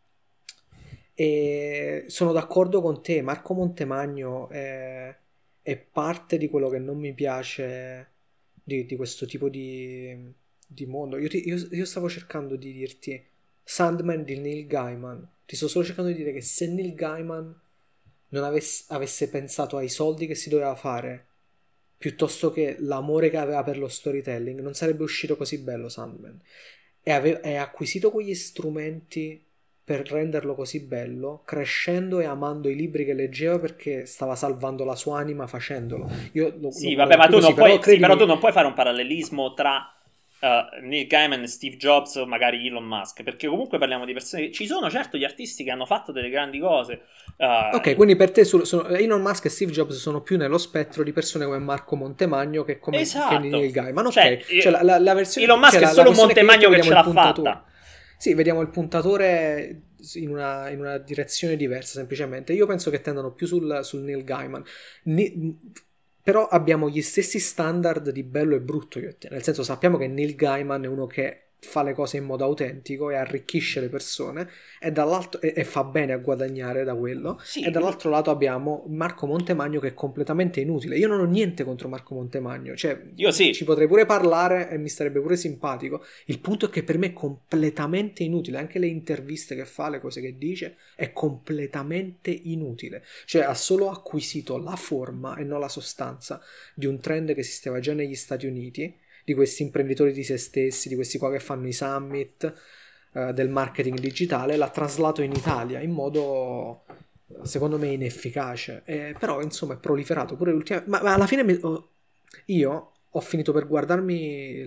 E sono d'accordo con te, Marco Montemagno è parte di quello che non mi piace di questo tipo di mondo. Io stavo cercando di dirti Sandman di Neil Gaiman. Ti sto solo cercando di dire che se Neil Gaiman non avesse pensato ai soldi che si doveva fare, piuttosto che l'amore che aveva per lo storytelling, non sarebbe uscito così bello Sandman. E ha acquisito quegli strumenti per renderlo così bello, crescendo e amando i libri che leggeva perché stava salvando la sua anima facendolo. Io
Sì,
lo
vabbè, ma
reputo
tu non
così,
puoi,
però
sì, però
credimi,
tu non puoi fare un parallelismo tra Neil Gaiman e Steve Jobs o magari Elon Musk, perché comunque parliamo di persone ci sono certo gli artisti che hanno fatto delle grandi cose.
ok, quindi per te Elon Musk e Steve Jobs sono più nello spettro di persone come Marco Montemagno che Neil
Esatto.
Gaiman.
Cioè,
Ok, cioè la versione,
Elon Musk è
la
solo un
questione è che io e te
Montemagno che
vediamo
ce
il
l'ha
puntatore.
fatta.
Sì, vediamo il puntatore in una direzione diversa, semplicemente. Io penso che tendano più sul Neil Gaiman. Però abbiamo gli stessi standard di bello e brutto, io e te. Nel senso, sappiamo che Neil Gaiman è uno che fa le cose in modo autentico e arricchisce le persone e fa bene a guadagnare da quello, e
Sì,
dall'altro lato abbiamo Marco Montemagno che è completamente inutile. Io non ho niente contro Marco Montemagno, cioè
io
ci
sì.
potrei pure parlare e mi starebbe pure simpatico. Il punto è che per me è completamente inutile, anche le interviste che fa, le cose che dice, è completamente inutile. Cioè ha solo acquisito la forma e non la sostanza di un trend che esisteva già negli Stati Uniti, di questi imprenditori di se stessi, di questi qua che fanno i summit, del marketing digitale, l'ha traslato in Italia in modo secondo me inefficace. Però insomma è proliferato pure l'ultima, ma alla fine io ho finito per guardarmi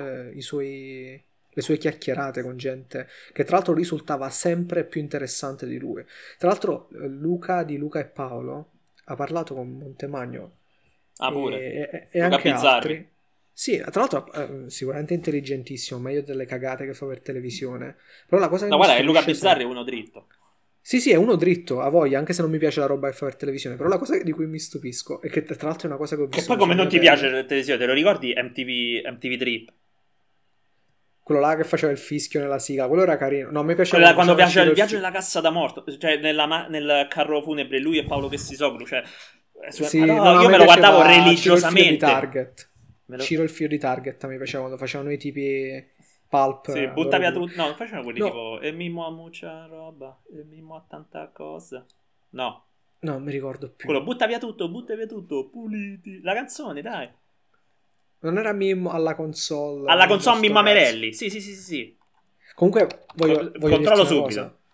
le sue chiacchierate con gente che tra l'altro risultava sempre più interessante di lui. Tra l'altro Luca di Luca e Paolo ha parlato con Montemagno
Ah, pure.
e
Luca
anche
Bizzarri.
altri. Sì, tra l'altro sicuramente intelligentissimo, meglio delle cagate che fa per televisione. Però la cosa che
No,
mi
guarda, che Luca
stupisce
Bizzarri è
sempre...
uno dritto.
Sì, sì, è uno dritto, a voglia, anche se non mi piace la roba che fa per televisione. Però la cosa di cui mi stupisco, e che tra l'altro è una cosa che ho
Che
vissuto
poi come
sulla
non
mia
ti piace
pelle,
la televisione, te lo ricordi MTV Trip?
quello là che faceva il fischio nella sigla, quello era carino. No, a me piaceva
Quella
quando
quando
facevano
piace
Ciro
il
il
viaggio
fischio.
nella cassa da morto, cioè nel carro funebre, lui e Paolo Chessisoglu, cioè,
Sì, no,
Madonna,
no, a
io
me
me lo guardavo
piaceva Ciro il figlio di
religiosamente.
Target.
Me lo-
Ciro il figlio di Target, a me piaceva quando facevano i tipi pulp,
Sì, butta
loro
via
due.
tutto. No, non facevano quelli
No,
tipo, e Mimmo ha mucha roba, e Mimmo ha tanta cosa. No,
no, non mi ricordo più.
quello butta via tutto, puliti. La canzone, dai.
Non era Mimmo alla console,
Alla
Mimmo
console
sto
Mimmo
cazzo.
Amerelli. Sì, sì, sì, sì, sì.
Comunque voglio dirti
Controllo
una cosa.
subito.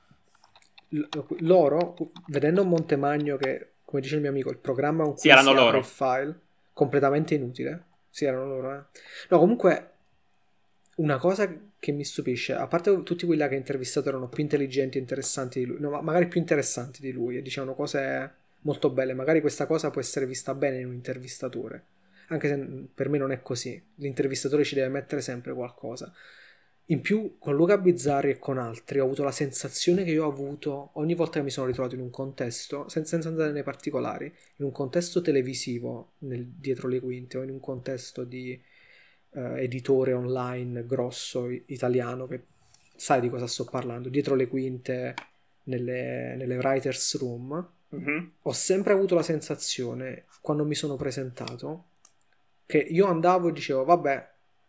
Loro, vedendo un Montemagno che, come dice il mio amico, il programma con
Sì,
cui
erano
si apre il
loro.
file, completamente inutile. Sì, erano loro, eh. No, comunque, una cosa che mi stupisce, a parte tutti quelli là che ha intervistato erano più intelligenti e interessanti di lui, no, ma magari più interessanti di lui e dicevano cose molto belle, magari questa cosa può essere vista bene in un intervistatore, anche se per me non è così, l'intervistatore ci deve mettere sempre qualcosa. In più, con Luca Bizzarri e con altri ho avuto la sensazione che io ho avuto ogni volta che mi sono ritrovato in un contesto, senza andare nei particolari, in un contesto televisivo, dietro le quinte, o in un contesto di editore online grosso italiano, che sai di cosa sto parlando, dietro le quinte, nelle writers room,
Mhm.
ho sempre avuto la sensazione, quando mi sono presentato, che io andavo e dicevo, vabbè,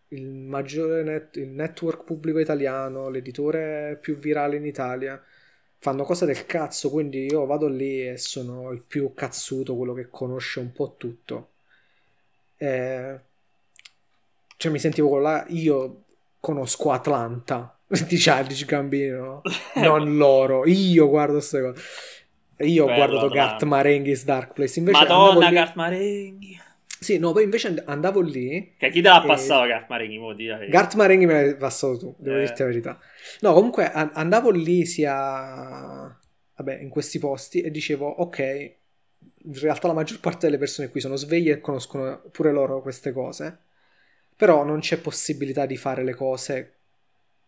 il network pubblico italiano, l'editore più virale in Italia, fanno cose del cazzo, quindi io vado lì e sono il più cazzuto, quello che conosce un po' tutto. Eh, cioè mi sentivo con là, io conosco Atlanta di Childish Gambino, non loro, io guardo queste cose. Io ho
Bello
guardato Garth
Atlanta.
Marenghi's Dark Place, invece andavo
Madonna,
lì,
Gart Marenghi.
sì, no, poi invece andavo lì
Che chi te l'ha passato
e
Gart Marenghi? Mo di la verità.
Garth Marenghi me l'hai passato tu, devo dirti
Eh,
la verità. No, comunque andavo lì sia, vabbè, in questi posti e dicevo, ok, in realtà la maggior parte delle persone qui sono sveglie e conoscono pure loro queste cose, però non c'è possibilità di fare le cose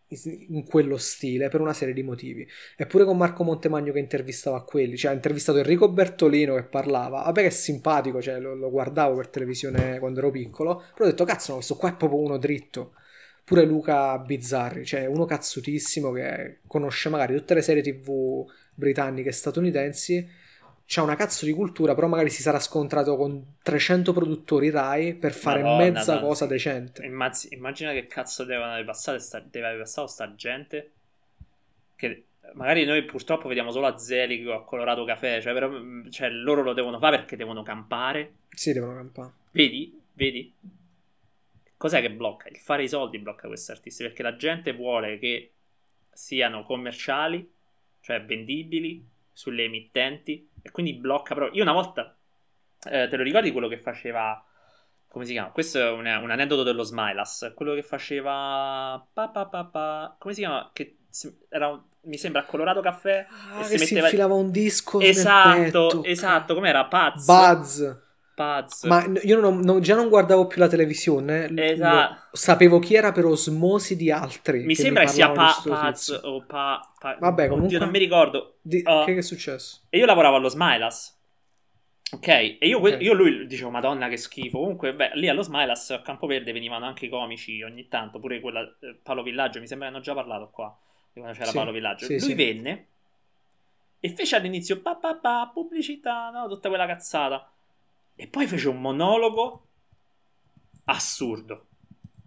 in quello stile per una serie di motivi. Eppure con Marco Montemagno che intervistava quelli, cioè ha intervistato Enrico Bertolino che parlava, vabbè che è simpatico, cioè lo guardavo per televisione quando ero piccolo, però ho detto cazzo, no, questo qua è proprio uno dritto. Pure Luca Bizzarri, cioè uno cazzutissimo che conosce magari tutte le serie TV britanniche e statunitensi, c'ha una cazzo di cultura, però magari si sarà scontrato con 300 produttori Rai per fare
Madonna,
mezza cosa decente.
immagina che cazzo deve aver passato sta gente che magari noi purtroppo vediamo solo a Zelig o a Colorado Café, cioè, però, cioè, loro lo devono fare perché devono campare.
Sì, devono campare.
Vedi? Vedi? Cos'è che blocca? Il fare i soldi blocca questi artisti, perché la gente vuole che siano commerciali, cioè vendibili sulle emittenti, e quindi blocca proprio. Io una volta, te lo ricordi quello che faceva, come si chiama? Questo è un aneddoto dello Smilas, quello che faceva come si chiama? Che mi sembra Colorado Caffè e
Che
si
si
metteva
infilava un disco nel
esatto,
petto.
esatto, com'era?
Buzz.
Paz.
Ma io già non guardavo più la televisione,
Esatto.
sapevo chi era per osmosi di altri
Mi
che mi
sembra che sia
parlavano di sto
Paz
tizio.
o
Vabbè,
oddio, non mi
comunque,
ricordo.
che è successo?
E io lavoravo allo Smilas. Ok, e
Ok.
io lui dicevo, Madonna, che schifo. Comunque, beh, lì allo Smilas a Campoverde venivano anche i comici ogni tanto, pure quella Paolo Villaggio. Mi sembra che hanno già parlato qua di quando c'era Paolo
Sì,
Villaggio.
sì,
Lui
sì.
venne e fece all'inizio pubblicità, no, tutta quella cazzata. E poi fece un monologo assurdo.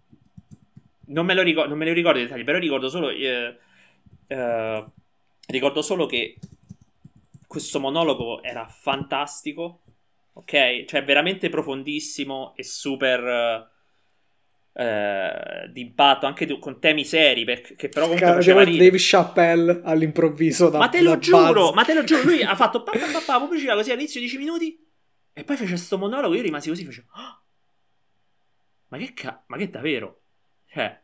Non me lo ricordo i dettagli, però ricordo solo che questo monologo era fantastico, ok? Cioè veramente profondissimo e super d'impatto, anche con temi seri, che però comunque faceva
Abbiamo Dave
ridere.
Chappelle all'improvviso da Buzz.
Ma te lo giuro, lui ha fatto pubblicità così all'inizio 10 minuti e poi fece sto monologo, io rimasi così, fece "Ah, ma che davvero?" Cioè,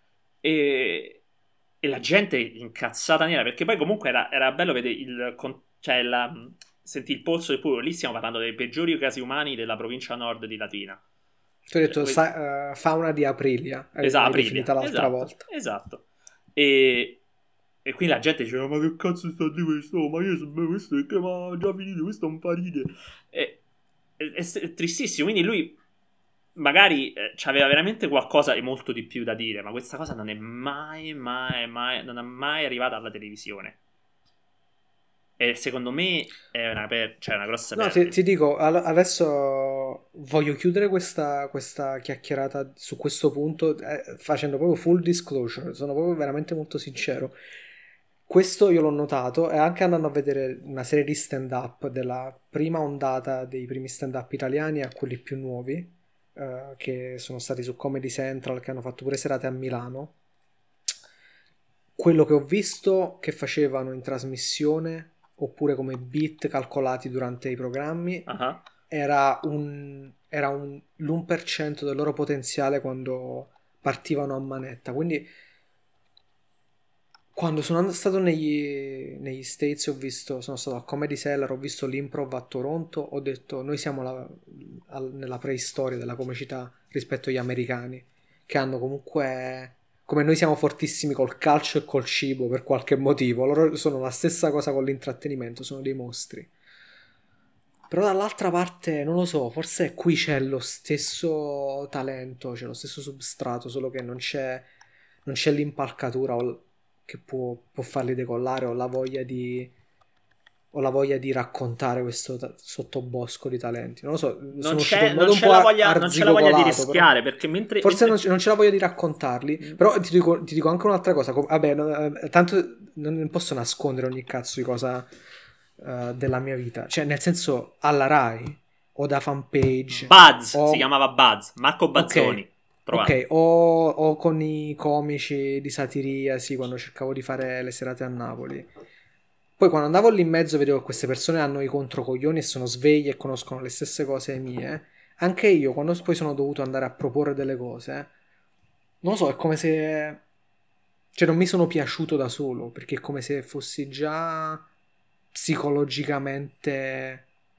e la gente incazzata nera, perché poi comunque era bello vedere cioè sentì il polso del pubblico. Lì stiamo parlando dei peggiori casi umani della provincia nord di Latina.
Ti ho
Cioè,
detto fauna di Aprilia,
esatto,
l'hai definita
Aprilia,
l'altra
esatto,
volta.
esatto. E quindi la gente diceva, ma che cazzo sta di questo? Ma io so questo è che ma già finito, questo non fa ridere. È tristissimo, quindi lui magari c'aveva veramente qualcosa e molto di più da dire, ma questa cosa non è non è mai arrivata alla televisione. E secondo me è cioè una grossa
No, ti
perdita.
dico, adesso voglio chiudere questa chiacchierata su questo punto facendo proprio full disclosure, sono proprio veramente molto sincero. Questo io l'ho notato e anche andando a vedere una serie di stand-up della prima ondata dei primi stand-up italiani a quelli più nuovi, che sono stati su Comedy Central, che hanno fatto pure serate a Milano. Quello che ho visto che facevano in trasmissione oppure come beat calcolati durante i programmi
Ah,
l'1% del loro potenziale quando partivano a manetta. Quindi quando sono stato negli States, sono stato a Comedy Cellar, ho visto l'improv a Toronto, ho detto noi siamo nella preistoria della comicità rispetto agli americani, che hanno comunque, come noi siamo fortissimi col calcio e col cibo per qualche motivo, loro sono la stessa cosa con l'intrattenimento, sono dei mostri. Però dall'altra parte, non lo so, forse qui c'è lo stesso talento, c'è lo stesso substrato, solo che non c'è l'impalcatura che può farli decollare o la voglia di raccontare questo sottobosco di talenti. Non lo so, sono uscito in modo un po'
non c'è la voglia di
arzigogolato, però
rischiare, perché
forse non c'è la voglia di raccontarli.
Mm.
Però ti dico anche un'altra cosa. Vabbè, tanto non posso nascondere ogni cazzo di cosa della mia vita. Cioè, nel senso, alla Rai o da fanpage
Buzz, si
o...
chiamava Buzz, Marco
Ok,
Bazzoni, provate.
ok, o con i comici di satiria, sì, quando cercavo di fare le serate a Napoli. Poi quando andavo lì in mezzo vedevo che queste persone hanno i controcoglioni e sono sveglie e conoscono le stesse cose mie. Anche io, quando poi sono dovuto andare a proporre delle cose, non lo so, è come se... Cioè non mi sono piaciuto da solo, perché è come se fossi già psicologicamente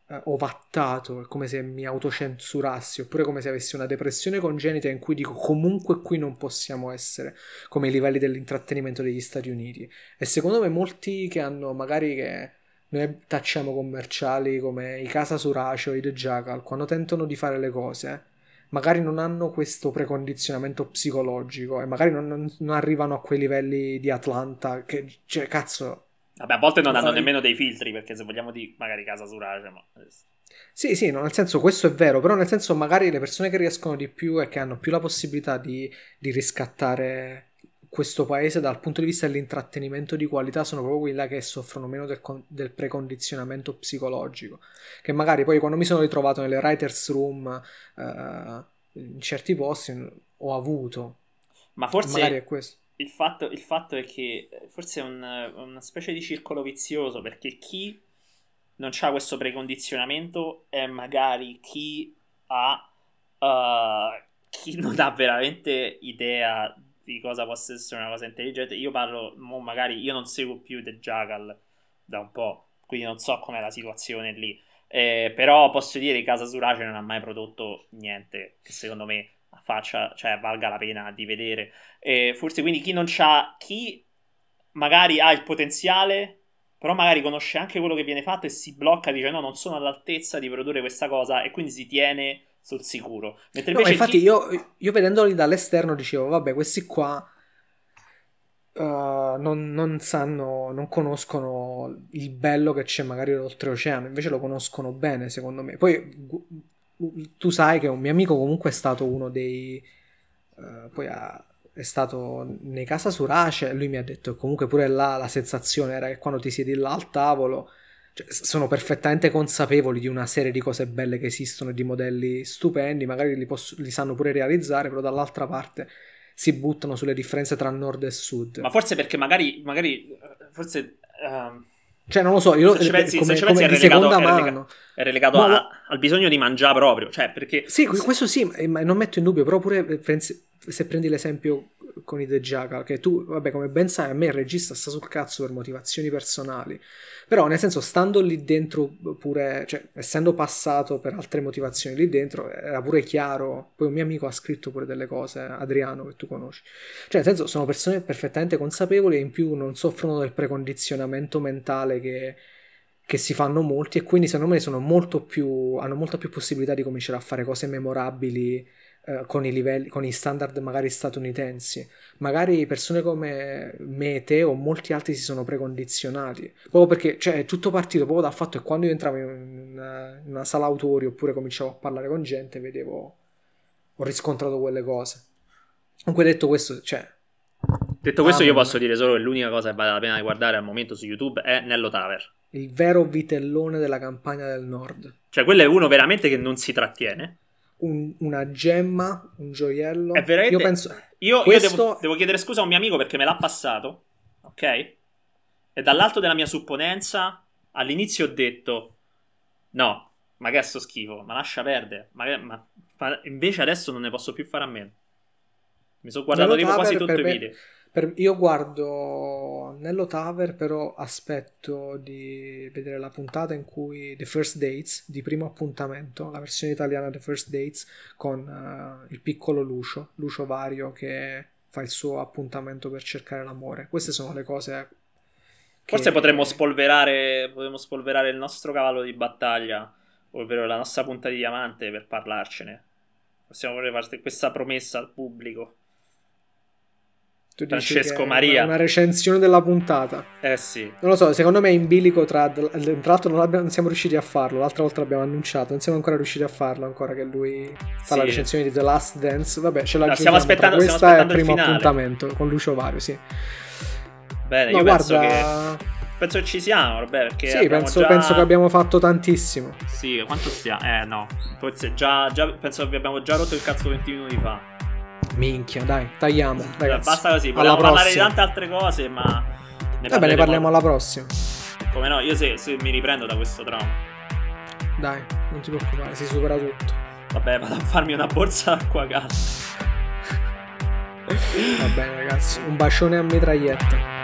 ovattato, è come se mi autocensurassi, oppure come se avessi una depressione congenita in cui dico comunque qui non possiamo essere come i livelli dell'intrattenimento degli Stati Uniti. E secondo me molti che hanno magari che noi tacciamo commerciali come i Casa Surace o i The Jackal, quando tentano di fare le cose magari non hanno questo precondizionamento psicologico e magari non arrivano a quei livelli di Atlanta che, cioè, cazzo.
Vabbè, a volte non hanno nemmeno dei filtri, perché se vogliamo dire magari Casa Surace, ma...
Sì, no, nel senso questo è vero, però nel senso magari le persone che riescono di più e che hanno più la possibilità di riscattare questo paese dal punto di vista dell'intrattenimento di qualità sono proprio quelli là che soffrono meno del precondizionamento psicologico, che magari poi quando mi sono ritrovato nelle writers room in certi posti ho avuto.
Ma forse
magari è questo.
Il fatto è che forse è una specie di circolo vizioso, perché chi non ha questo precondizionamento è magari chi non ha veramente idea di cosa possa essere una cosa intelligente. Io parlo, magari io non seguo più The Jackal da un po', quindi non so com'è la situazione lì, però posso dire che Casa Surace non ha mai prodotto niente che secondo me cioè valga la pena di vedere. Forse quindi chi magari ha il potenziale, però magari conosce anche quello che viene fatto e si blocca, dice no, non sono all'altezza di produrre questa cosa, e quindi si tiene sul sicuro. Mentre invece
infatti io vedendoli dall'esterno dicevo vabbè, questi qua non sanno, non conoscono il bello che c'è magari oltreoceano, invece lo conoscono bene secondo me. Poi tu sai che un mio amico comunque è stato uno dei è stato nei Casa Surace, e lui mi ha detto che comunque pure là la sensazione era che quando ti siedi là al tavolo, cioè, sono perfettamente consapevoli di una serie di cose belle che esistono e di modelli stupendi, magari li sanno pure realizzare, però dall'altra parte si buttano sulle differenze tra nord e sud.
Ma forse perché magari forse
cioè non lo so, io
se ci pensi è relegato al bisogno di mangiare proprio, cioè perché
sì, questo sì, ma non metto in dubbio, però pure se prendi l'esempio con i The Jackal, che tu, vabbè, come ben sai, a me il regista sta sul cazzo per motivazioni personali, però nel senso, stando lì dentro pure, cioè essendo passato per altre motivazioni lì dentro, era pure chiaro. Poi un mio amico ha scritto pure delle cose, Adriano, che tu conosci, cioè nel senso sono persone perfettamente consapevoli e in più non soffrono del precondizionamento mentale che si fanno molti, e quindi secondo me hanno molta più possibilità di cominciare a fare cose memorabili con i livelli, con i standard magari statunitensi. Magari persone come me, te o molti altri si sono precondizionati proprio perché, cioè, è tutto partito proprio dal fatto che quando io entravo in una sala autori oppure cominciavo a parlare con gente, ho riscontrato quelle cose. Comunque detto questo,
io posso dire solo che l'unica cosa che vale la pena di guardare al momento su YouTube è Nello Taver,
il vero vitellone della campagna del nord.
Cioè quello è uno veramente che non si trattiene,
una gemma, un gioiello.
È veramente...
Io penso
io devo chiedere scusa a un mio amico perché me l'ha passato, ok? E dall'alto della mia supponenza all'inizio ho detto no, ma che è sto schifo, ma lascia perdere, ma invece adesso non ne posso più fare a meno. Mi sono guardato tipo quasi tutto i video.
Io guardo Nello Taver, però aspetto di vedere la puntata in cui The First Dates, di primo appuntamento, la versione italiana The First Dates, con il piccolo Lucio Vario che fa il suo appuntamento per cercare l'amore. Queste sono le cose che...
Forse potremmo spolverare il nostro cavallo di battaglia, ovvero la nostra punta di diamante, per parlarcene. Possiamo fare questa promessa al pubblico.
Tu
Francesco Maria,
una recensione della puntata.
Sì.
Non lo so, secondo me è in bilico tra l'altro non siamo riusciti a farlo. L'altra volta l'abbiamo annunciato, non siamo ancora riusciti a farlo ancora, che lui fa la recensione di The Last Dance. Vabbè, ce la
stiamo aspettando.
Questo è il primo appuntamento con Lucio Vario, sì.
Bene, io penso che ci siamo, vabbè, perché
sì, penso che abbiamo fatto tantissimo.
Sì, quanto stiamo? No, forse già penso che abbiamo già rotto il cazzo 20 minuti fa.
Minchia, dai, tagliamo, ragazzi.
Basta così, volevamo parlare di tante altre cose, ma
ne parliamo alla prossima.
Come no, io se mi riprendo da questo trauma.
Dai, non ti preoccupare, si supera tutto.
Vabbè, vado a farmi una borsa d'acqua calda.
Va bene, ragazzi, un bacione a mitraglietta.